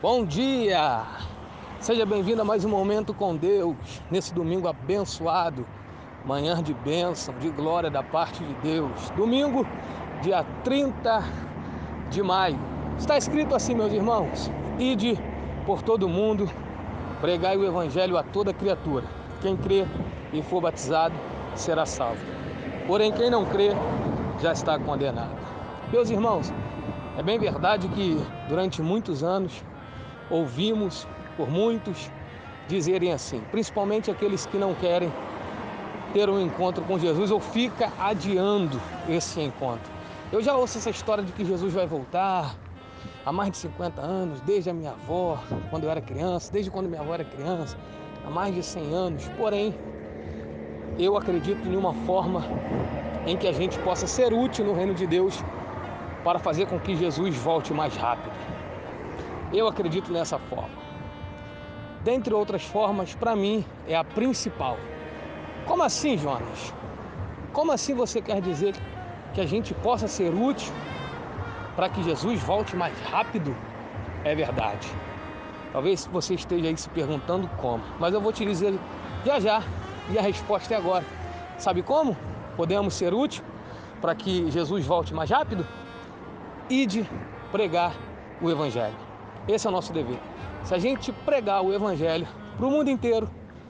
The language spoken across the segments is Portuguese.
Bom dia! Seja bem-vindo a mais um Momento com Deus, nesse domingo abençoado, manhã de bênção, de glória da parte de Deus. Domingo, dia 30 de maio. Está escrito assim, meus irmãos: ide por todo mundo, pregai o evangelho a toda criatura. Quem crê e for batizado será salvo. Porém, quem não crê já está condenado. Meus irmãos, é bem verdade que durante muitos anos ouvimos por muitos dizerem assim, principalmente aqueles que não querem ter um encontro com Jesus ou fica adiando esse encontro. Eu já ouço essa história de que Jesus vai voltar há mais de 50 anos, desde a minha avó, quando eu era criança, desde quando minha avó era criança, há mais de 100 anos. Porém, eu acredito em uma forma em que a gente possa ser útil no reino de Deus para fazer com que Jesus volte mais rápido. Eu acredito nessa forma. Dentre outras formas, para mim, é a principal. Como assim, Jonas? Como assim você quer dizer que a gente possa ser útil para que Jesus volte mais rápido? É verdade. Talvez você esteja aí se perguntando como, mas eu vou te dizer já e a resposta é agora. Sabe como podemos ser útil para que Jesus volte mais rápido? Ide pregar o evangelho. Esse é o nosso dever. Se a gente pregar o evangelho para o mundo inteiro,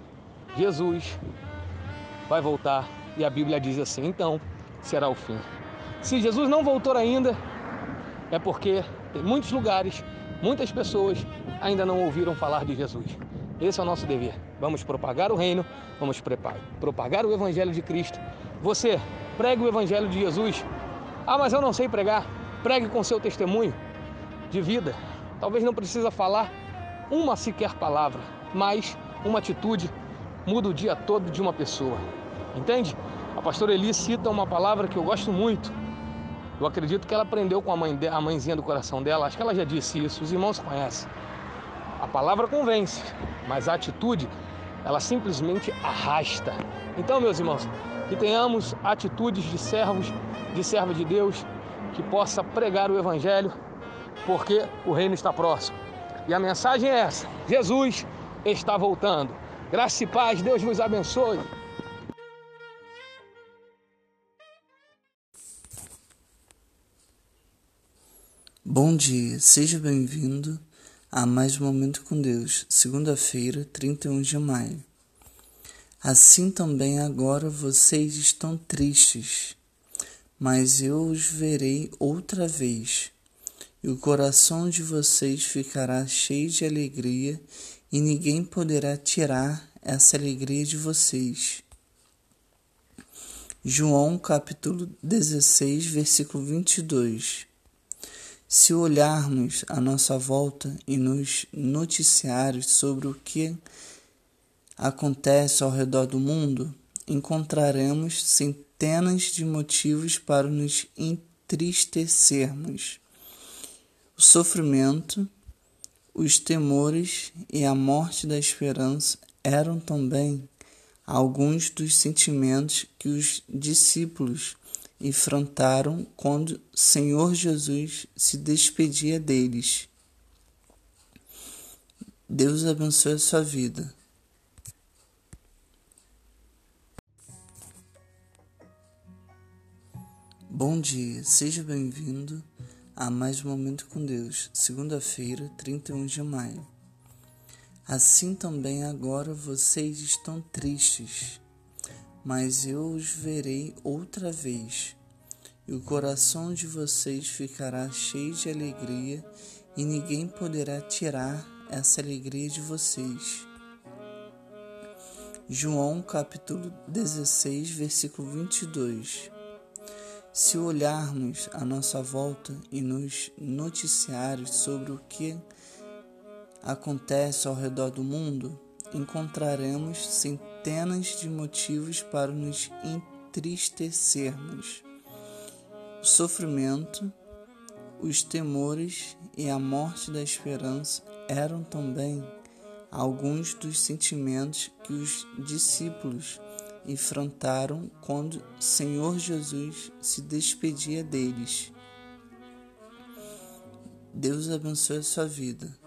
Jesus vai voltar e a Bíblia diz assim, então será o fim. Se Jesus não voltou ainda, é porque tem muitos lugares, muitas pessoas ainda não ouviram falar de Jesus. Esse é o nosso dever. Vamos propagar o reino, vamos propagar o evangelho de Cristo. Você, pregue o evangelho de Jesus. Ah, mas eu não sei pregar. Pregue com seu testemunho de vida. Talvez não precisa falar uma sequer palavra, mas uma atitude muda o dia todo de uma pessoa. Entende? A pastora Eli cita uma palavra que eu gosto muito. Eu acredito que ela aprendeu com a mãezinha do coração dela. Acho que ela já disse isso, os irmãos conhecem. A palavra convence, mas a atitude, ela simplesmente arrasta. Então, meus irmãos, que tenhamos atitudes de servos, de serva de Deus, que possa pregar o evangelho, porque o reino está próximo. E a mensagem é essa: Jesus está voltando. Graça e paz, Deus vos abençoe. Bom dia, seja bem-vindo a mais um Momento com Deus, segunda-feira, 31 de maio. Assim também agora vocês estão tristes, mas eu os verei outra vez, e o coração de vocês ficará cheio de alegria, e ninguém poderá tirar essa alegria de vocês. João capítulo 16, versículo 22. Se olharmos à nossa volta e nos noticiários sobre o que acontece ao redor do mundo, encontraremos centenas de motivos para nos entristecermos. O sofrimento, os temores e a morte da esperança eram também alguns dos sentimentos que os discípulos enfrentaram quando Senhor Jesus se despedia deles. Deus abençoe a sua vida. Bom dia, seja bem-vindo a mais um Momento com Deus, segunda-feira, 31 de maio. Assim também agora vocês estão tristes, mas eu os verei outra vez, e o coração de vocês ficará cheio de alegria, e ninguém poderá tirar essa alegria de vocês. João capítulo 16, versículo 22. Se olharmos à nossa volta e nos noticiários sobre o que acontece ao redor do mundo, encontraremos centenas de motivos para nos entristecermos. O sofrimento, os temores e a morte da esperança eram também alguns dos sentimentos que os discípulos enfrentaram quando Senhor Jesus se despedia deles. Deus abençoe a sua vida.